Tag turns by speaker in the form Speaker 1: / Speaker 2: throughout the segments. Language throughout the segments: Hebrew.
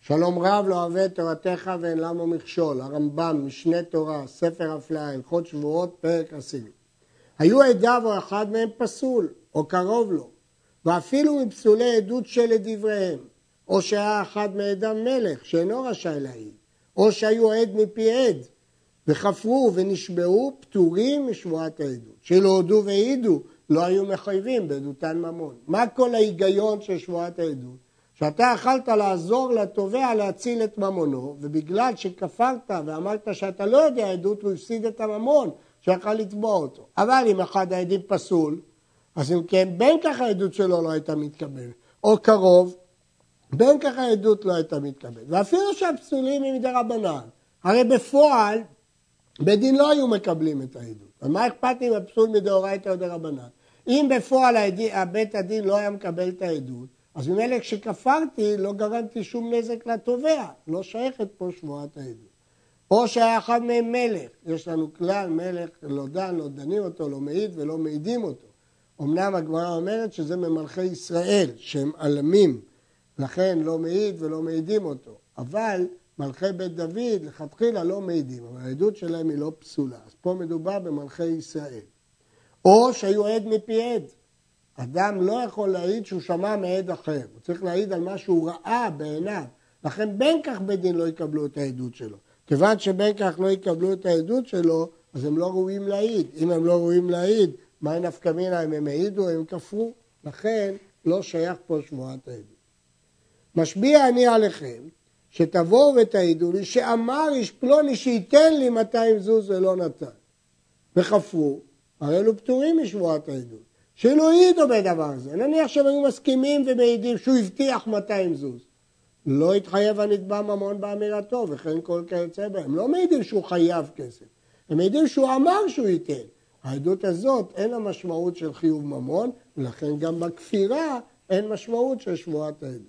Speaker 1: שלום רב לא אוהב את תורתך ואין למה מכשול, הרמב"ם, משנה תורה, ספר הפלאה, הלכות שבועות, פרק עשירי. היו עדיו או אחד מהם פסול, או קרוב לו, ואפילו מפסולי עדות שלדבריהם, או שהיה אחד מעדם מלך שאינו רשאי להעיד, או שהיו עד מפי עד, וחפרו ונשבעו פטורים משבועת העדות. שלא הודו והעידו, לא היו מחייבים בעדותן ממון. מה כל ההיגיון של שבועת העדות? שאתה יכלת לעזור לתובע להציל את ממונו, ובגלל שכפרת ואמרת שאתה לא יודע עדות, הוא הפסיד את הממון שיכל לתבוע אותו. אבל אם אחד העדים פסול, אז אם כן, בין כך העדות שלו לא הייתה מתקבלת, או קרוב, בין כך העדות לא הייתה מתקבלת. ואפילו שהפסולים הם מדרבנן, הרי בפועל, בית דין לא היו מקבלים את העדות. אז מה אכפת אם הפסול מדאורייתא או דרבנן? אם בפועל בית הדין לא היה מקבל את העדות, אז ממילא כשכפרתי לא גרמתי שום נזק לתובע, לא שייכת פה שבועת העדות. או שהיה אחד מהם מלך, יש לנו כלל מלך לא דן, לא דנים אותו, לא מעיד ולא מעידים אותו. אמנם הגמרא אומרת שזה ממלכי ישראל, שהם עלמים, לכן לא מעיד ולא מעידים אותו. אבל מלכי בית דוד לכתחילה לא מעידים, אבל העדות שלהם היא לא פסולה. אז פה מדובר במלכי ישראל. או שהיו עד מפי עד. אדם לא יכול להעיד שהוא שמע מעד אחר, הוא צריך להעיד על מה שהוא ראה בעיניו, לכן בין כך בית דין לא יקבלו את העדות שלו. כיוון שבין כך לא יקבלו את העדות שלו, אז הם לא ראויים להעיד. אם הם לא ראויים להעיד, מה נפקא מינה אם הם העידו, הם כפרו, לכן לא שייך פה שבועת העדות. משביע אני עליכם, שתבואו ותעידו לי, שאמר איש פלוני שייתן לי 200 זוז ולא נתן. וכפרו, הרי אלו פטורים משבועת העדות. שלא העידו בדבר הזה. נניח שהם היו מסכימים ומעידים שהוא הבטיח 200 זוז. לא התחייב הנתבע ממון באמירתו, וכן כל כיוצא בהם. הם לא מעידים שהוא חייב כסף. הם מעידים שהוא אמר שהוא ייתן. העדות הזאת אין לה משמעות של חיוב ממון, ולכן גם בכפירה אין משמעות של שבועת העדות.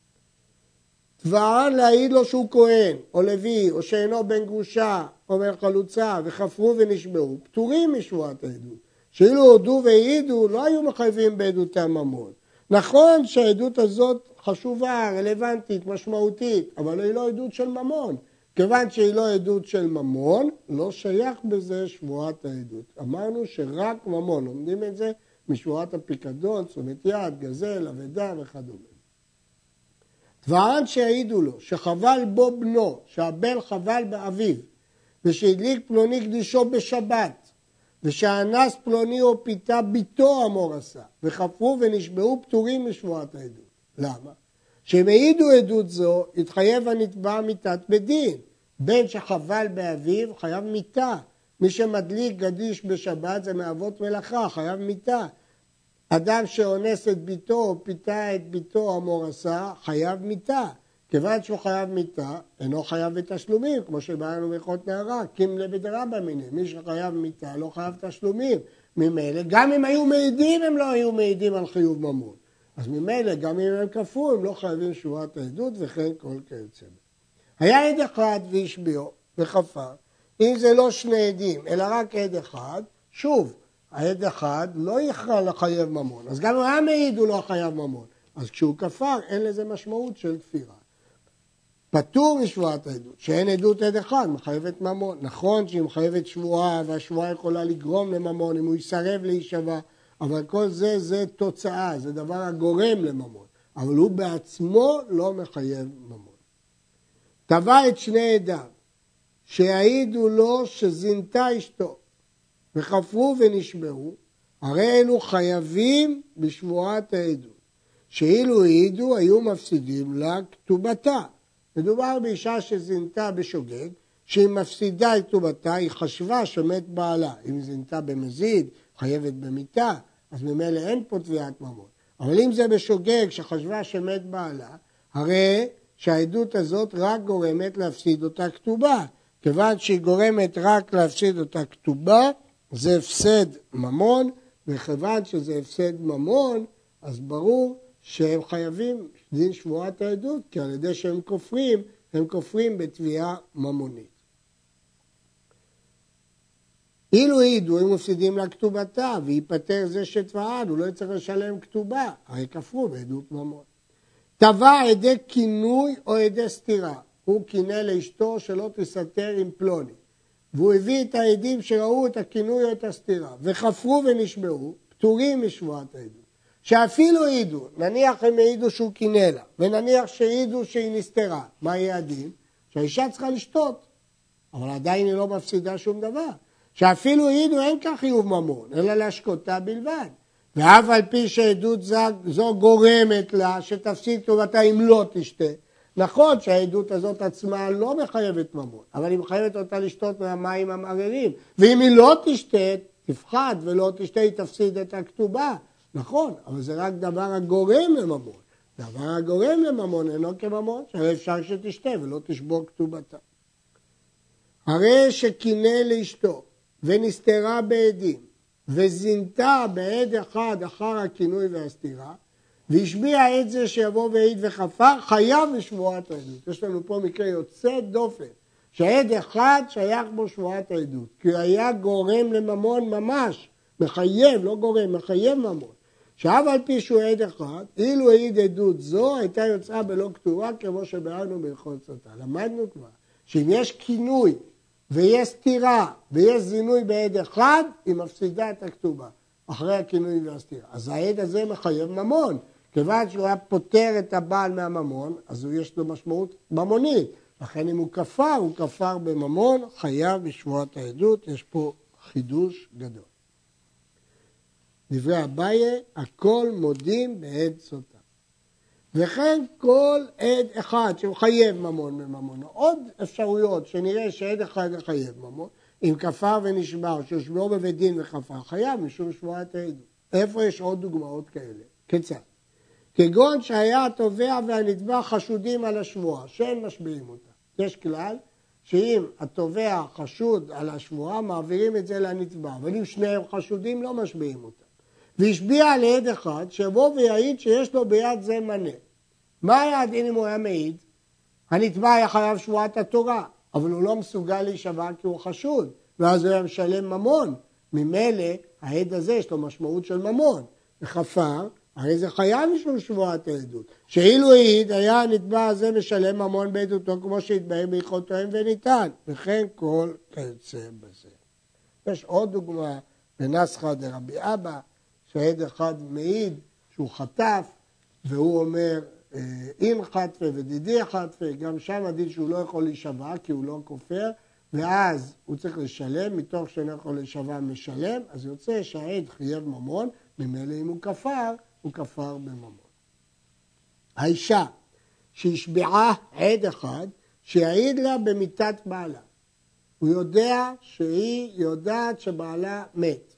Speaker 1: תבען להעיד לו שהוא כהן, או לוי, או שאינו בן גרושה, או בן חלוצה, וכפרו ונשבעו, פטורים משבועת העדות. שאילו הודו והעידו, לא היו מחייבים בעדותם ממון. נכון שהעדות הזאת חשובה, רלוונטית, משמעותית, אבל היא לא עדות של ממון. כיוון שהיא לא עדות של ממון, לא שייך בזה שבועת העדות. אמרנו שרק ממון, לומדים את זה משבועת הפיקדון, תשומת יד, גזל, אבדה וכדומה. תבען שהעידו לו, שחבל בו בנו, שהבן חבל באביו, ושהדליק פלוני קדישו בשבת, ושאנס פלוני או פיתה ביתו אמור עשה, וחפרו ונשבעו פטורים משבועת העדות. למה? שהם העידו עדות זו, התחייב הנתבע מיתת בדין. בן שחבל באביו חייב מיתה. מי שמדליק גדיש בשבת זה מאבות מלאכה, חייב מיתה. אדם שאונס את ביתו או פיתה את ביתו אמור עשה, חייב מיתה. כיוון שהוא חייב מיתה, אינו חייב בתשלומים, כמו שבאנו בהלכות נהרה, קימלה בדרבא מיניה. מי שחייב מיתה לא חייב תשלומים. ממילא, גם אם היו מעידים, הם לא היו מעידים על חיוב ממון. אז ממילא, גם אם הם כפרו, הם לא חייבים שבועת העדות, וכן כל כיוצא. היה עד אחד והשביעו וכפר. אם זה לא שני עדים, אלא רק עד אחד, שוב, העד אחד לא יכרע לחייב ממון. אז גם אם היה מעיד, הוא לא חייב ממון. אז כשהוא כפר, אין לזה משמעות של כפירה. פטור משבועת העדות, שאין עדות עד אחד, מחייבת ממון. נכון שהיא מחייבת שבועה, והשבועה יכולה לגרום לממון, אם הוא יסרב להישבע, אבל כל זה, זה תוצאה, זה דבר הגורם לממון. אבל הוא בעצמו לא מחייב ממון. תבע את שני עדיו, שהעידו לו שזינתה אשתו, וחפרו ונשבעו, הרי אלו חייבים בשבועת העדות. שאילו העידו, היו מפסידים לה כתובתה. מדובר באישה שזינתה בשוגג, שהיא מפסידה את כתובתה, היא חשבה שמת בעלה. אם היא זינתה במזיד, חייבת במיתה, אז ממילא אין פה תביעת ממון. אבל אם זה בשוגג שחשבה שמת בעלה, הרי שהעדות הזאת רק גורמת להפסיד אותה כתובה. כיוון שהיא גורמת רק להפסיד אותה כתובה, זה הפסד ממון, וכיוון שזה הפסד ממון, אז ברור שהם חייבים דין שבועת העדות, כי על ידי שהם כופרים, הם כופרים בתביעה ממונית. אילו העידו, הם מפסידים לה כתובתה, ויפטר זה שתבען, הוא לא יצטרך לשלם כתובה, הרי כפרו בעדות ממון. תבע עדי כינוי או עדי סתירה. הוא כינה לאשתו שלא תסתר עם פלוני. והוא הביא את העדים שראו את הכינוי או את הסתירה, וחפרו ונשבעו, פטורים משבועת העדות. שאפילו העידו, נניח הם העידו שהוא כינה לה, ונניח שהעידו שהיא נסתרה. מה יהיה הדין? שהאישה צריכה לשתות, אבל עדיין היא לא מפסידה שום דבר. שאפילו העידו אין כך חיוב ממון, אלא להשקותה בלבד. ואף על פי שעדות זו גורמת לה שתפסיד טובתה אם לא תשתה. נכון שהעדות הזאת עצמה לא מחייבת ממון, אבל היא מחייבת אותה לשתות מהמים המערערים. ואם היא לא תשתה, תפחד ולא תשתה, היא תפסיד את הכתובה. נכון, אבל זה רק דבר הגורם לממון. דבר הגורם לממון אינו כממון, שהרי אפשר שתשתה ולא תשבור כתובתה. הרי שכינה לאשתו ונסתרה בעדים, וזינתה בעד אחד אחר הכינוי והסתירה, והשביע עד זה שיבוא ועיד וחפר, חייב בשבועת העדות. יש לנו פה מקרה יוצא דופן, שהעד אחד שייך בו שבועת העדות, כי הוא היה גורם לממון ממש, מחייב, לא גורם, מחייב ממון. שאף על פי שהוא עד אחד, אילו העיד עדות זו, הייתה יוצאה בלא כתובה, כמו שבארנו בהלכות סוטה. למדנו כבר, שאם יש כינוי, ויש סתירה, ויש זינוי בעד אחד, היא מפסידה את הכתובה, אחרי הכינוי והסתירה. אז העד הזה מחייב ממון. כיוון שהוא היה פותר את הבעל מהממון, אז יש לו משמעות ממונית. לכן אם הוא כפר בממון, חייב בשבועת העדות. יש פה חידוש גדול. דברי אביי, הכל מודים בעד סוטה. וכן כל עד אחד שמחייב ממון מממון. עוד אפשרויות שנראה שעד אחד מחייב ממון, אם כפר ונשבר, שיושבעו בבית דין וכפר, חייב משום שבועת העדות. איפה יש עוד דוגמאות כאלה? כיצד? כגון שהיה התובע והנתבע חשודים על השבועה, שאין משביעים אותה. יש כלל שאם התובע חשוד על השבועה, מעבירים את זה לנתבע, אבל אם שניהם חשודים לא משביעים אותה. והשביע לעד אחד שיבוא ויעיד שיש לו ביד זה מנה. מה היה הדין אם הוא היה מעיד? הנתבע היה חייב שבועת התורה, אבל הוא לא מסוגל להישבע כי הוא חשוד, ואז הוא היה משלם ממון. ממילא העד הזה יש לו משמעות של ממון. וכפר, הרי זה חייב משום שבועת העדות. שאילו העיד, היה הנתבע הזה משלם ממון בעדותו, כמו שהתבהר בהלכותיהם וניתן. וכן כל כיוצא בזה. יש עוד דוגמה בנסחא דרבי אבא, שעד אחד מעיד שהוא חטף, והוא אומר, אם חטפה ודידי חטפה, גם שם הדין שהוא לא יכול להישבע, כי הוא לא כופר, ואז הוא צריך לשלם, מתוך שאינו יכול להישבע משלם, אז יוצא שהעד חייב ממון, ממילא אם הוא כפר בממון. האישה שהשביעה עד אחד, שיעיד לה במיתת בעלה. הוא יודע שהיא יודעת שבעלה מת.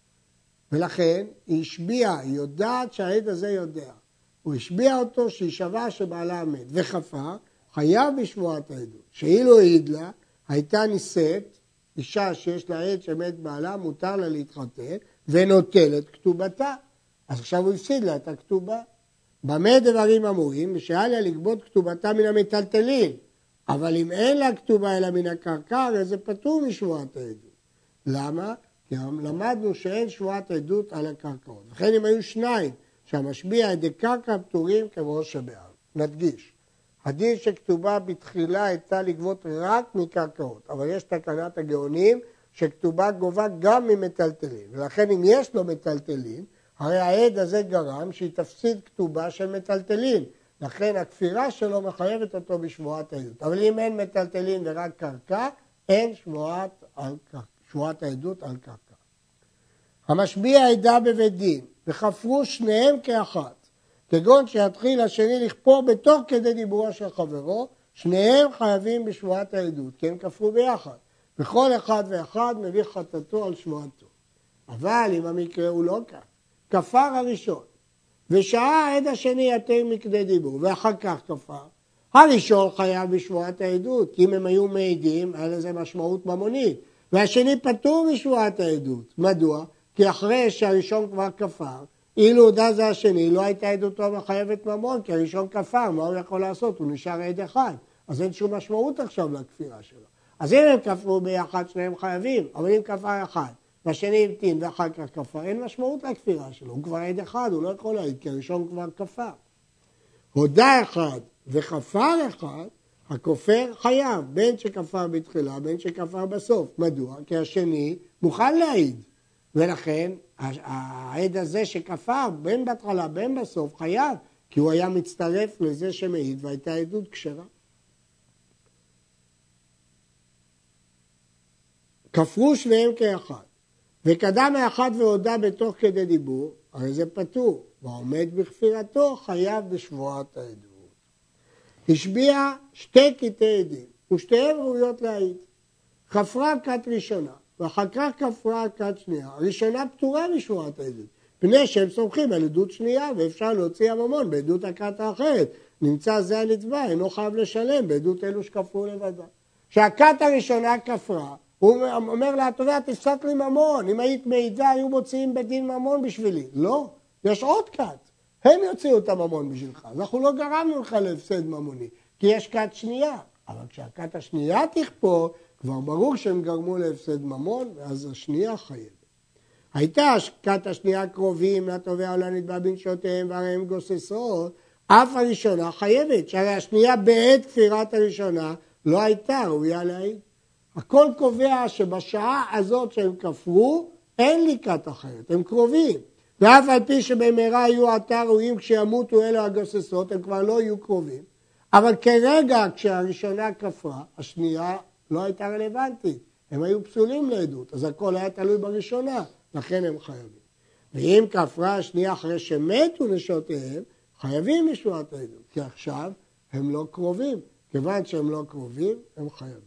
Speaker 1: ולכן היא השביעה, היא יודעת שהעד הזה יודע. הוא השביע אותו שישבע שבעלה מת. וכפר, חייב בשבועת העדות. שאילו העיד לה, הייתה נישאת, אישה שיש לה עד שמת בעלה, מותר לה להתחתן, ונוטלת כתובתה. אז עכשיו הוא הפסיד לה את הכתובה. במה דברים אמורים? שהיה לה לגבות כתובתה מן המטלטלין. אבל אם אין לה כתובה אלא מן הקרקע, הרי זה פטור משבועת העדות. למה? כי למדנו שאין שבועת עדות על הקרקעות. וכן אם היו שניים, שהמשביע עדי קרקע פטורים כמו שבאר. נדגיש, הדין שכתובה בתחילה הייתה לגבות רק מקרקעות, אבל יש תקנת הגאונים שכתובה גובה גם ממטלטלין, ולכן אם יש לו מטלטלין, הרי העד הזה גרם שהיא תפסיד כתובה של מטלטלין, לכן הכפירה שלו מחייבת אותו בשבועת העדות. אבל אם אין מטלטלין ורק קרקע, אין שבועת העדות על קרקע. המשביע עדה בבית דין, וחפרו שניהם כאחת, כגון שיתחיל השני לכפור בתוך כדי דיבורו של חברו, שניהם חייבים בשבועת העדות, כי הם כפרו ביחד. וכל אחד ואחד מביא חטאתו על שבועתו. אבל אם המקרה הוא לא כך, כפר הראשון, ושעה העד השני יתר מכדי דיבור, ואחר כך כפר, הראשון חייב בשבועת העדות, כי אם הם היו מעידים, היה לזה משמעות ממונית, והשני פטור משבועת העדות. מדוע? כי אחרי שהראשון כבר כפר, אילו הודה זה השני, לא הייתה עדותו מחייבת ממון, כי הראשון כפר, מה הוא יכול לעשות? הוא נשאר עד אחד, אז אין שום משמעות עכשיו לכפירה שלו. אז אם הם כפרו ביחד, שניהם חייבים, אבל אם כפר אחד, והשני המתין ואחר כך כפר, אין משמעות לכפירה שלו, הוא כבר עד אחד, הוא לא יכול להעיד, כי הראשון כבר כפר. הודה אחד וכפר אחד, הכופר חייב, בין שכפר בתחילה, בין שכפר בסוף. מדוע? כי השני מוכן להעיד, ולכן העד הזה שכפר בין בהתחלה בין בסוף חייב, כי הוא היה מצטרף לזה שמעיד והייתה עדות כשרה. כפרו שניהם כאחד, וקדם האחד והודה בתוך כדי דיבור, הרי זה פטור, ועומד בכפירתו חייב בשבועת העדות. השביע שתי קטעי עדים, ושתיהם ראויות להעיד. כפרה כת ראשונה, ואחר כך כפרה כת שנייה. הראשונה פטורה משבועת העדות, פני שהם סומכים על עדות שנייה, ואפשר להוציא הממון בעדות הכת האחרת. נמצא זה הנתבע, אינו חייב לשלם בעדות אלו שכפרו לבדה. שהכת הראשונה כפרה, הוא אומר לה, התובע, תפסק לי ממון, אם היית מעידה, היו מוציאים בדין ממון בשבילי. לא, יש עוד כת, הם יוציאו את הממון בשבילך, אז אנחנו לא גרמנו לך להפסד ממוני, כי יש כת שנייה, אבל כשהכת השנייה תכפור, כבר ברור שהם גרמו להפסד ממון, ואז השנייה חייבת. הייתה כת השנייה קרובים לתובע או לנתבע בנשותיהם, והרי הם גוססות, אף הראשונה חייבת, שהרי השנייה בעת כפירת הראשונה לא הייתה ראויה להעיד. הכל קובע שבשעה הזאת שהם כפרו, אין לי כת אחרת, הם קרובים. ואף על פי שבמהרה יהיו עתה ראויים כשימותו אלו הגוססות, הם כבר לא יהיו קרובים. אבל כרגע כשהראשונה כפרה, השנייה לא הייתה רלוונטית. הם היו פסולים לעדות, אז הכל היה תלוי בראשונה, לכן הם חייבים. ואם כפרה השנייה אחרי שמתו נשותיהם, חייבים משבועת העדות, כי עכשיו הם לא קרובים. כיוון שהם לא קרובים, הם חייבים.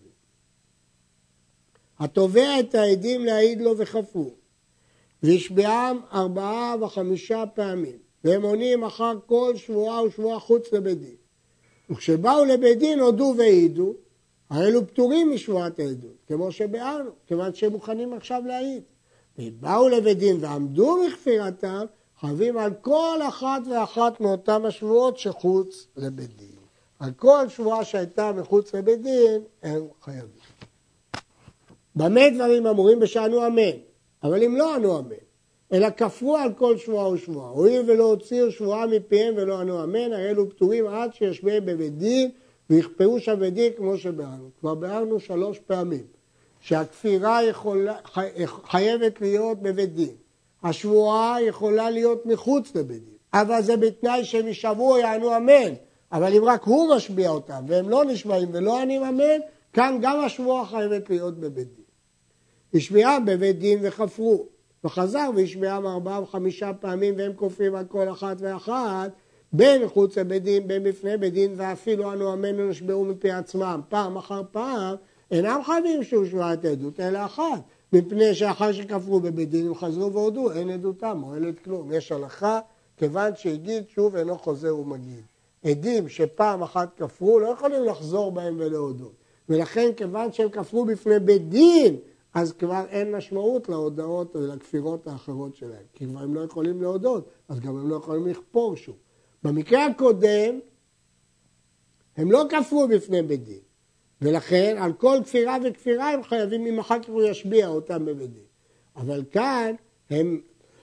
Speaker 1: התובע את העדים להעיד לו וכפרו, והשביעם 4 ו5 פעמים, והם עונים אחר כל שבועה ושבועה חוץ לבית דין. וכשבאו לבית דין הודו והעידו, הרי אלו פטורים משבועת העדות, כמו שביארנו, כיוון שהם מוכנים עכשיו להעיד. ובאו לבית דין ועמדו בכפירתם, חייבים על כל אחת ואחת מאותם השבועות שחוץ לבית דין. על כל שבועה שהייתה מחוץ לבית דין, הם חייבים. במה דברים אמורים בשענו אמן, אבל אם לא ענו אמן, אלא כפרו על כל שבועה ושבועה, הואיל ולא הוציאו שבועה מפיהם ולא ענו אמן, הרי אלו פטורים עד שישביעם בבית דין, ויכפרו שם בית דין כמו שביארנו. כבר ביארנו 3 פעמים, שהכפירה חייבת להיות בבית דין, השבועה יכולה להיות מחוץ לבית דין, אבל זה בתנאי שהם ישבו יענו אמן, אבל אם רק הוא משביע אותם, והם לא נשבעים ולא ענים אמן, כאן גם השבועה חייבת להיות בבית דין. השביעם בבית דין וכפרו, וחזר והשביעם 4 ו5 פעמים, והם כופרים על כל אחת ואחת, בין חוץ לבית דין, בין בפני בית דין, ואפילו אנו אמן נשבעו מפי עצמם, פעם אחר פעם, אינם חייבים שהוא שבועת עדות, אלא אחת, מפני שאחר שכפרו בבית דין, הם חזרו והודו, אין עדותם, מועלת כלום. יש הלכה, כיוון שהגיד שוב אינו חוזר ומגיד. עדים שפעם אחת כפרו, לא יכולים לחזור בהם ולהודות. ולכן כיוון שהם כפרו בפני בית דין, אז כבר אין משמעות להודעות ולכפירות האחרות שלהם. כי כבר הם לא יכולים להודות, אז גם הם לא יכולים לכפור שוב. במקרה הקודם, הם לא כפרו בפני בית דין. ולכן על כל כפירה וכפירה הם חייבים אם אחר כך הוא ישביע אותם בבית דין. אבל כאן הם,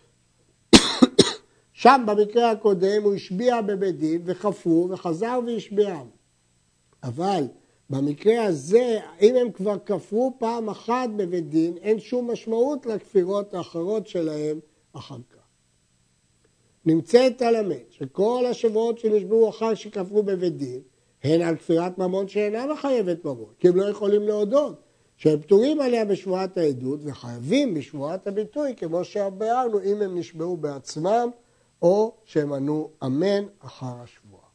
Speaker 1: שם במקרה הקודם הוא השביע בבית דין וכפרו וחזר והשביעם. אבל במקרה הזה, אם הם כבר כפרו פעם אחת בבית דין, אין שום משמעות לכפירות האחרות שלהם אחר כך. נמצאת הלמד שכל השבועות שנשבעו אחר שכפרו בבית דין, הן על כפירת ממון שאינה מחייבת ממון, כי הם לא יכולים להודות, שהם פטורים עליה בשבועת העדות וחייבים בשבועת הביטוי, כמו שביארנו אם הם נשבעו בעצמם או שהם ענו אמן אחר השבועה.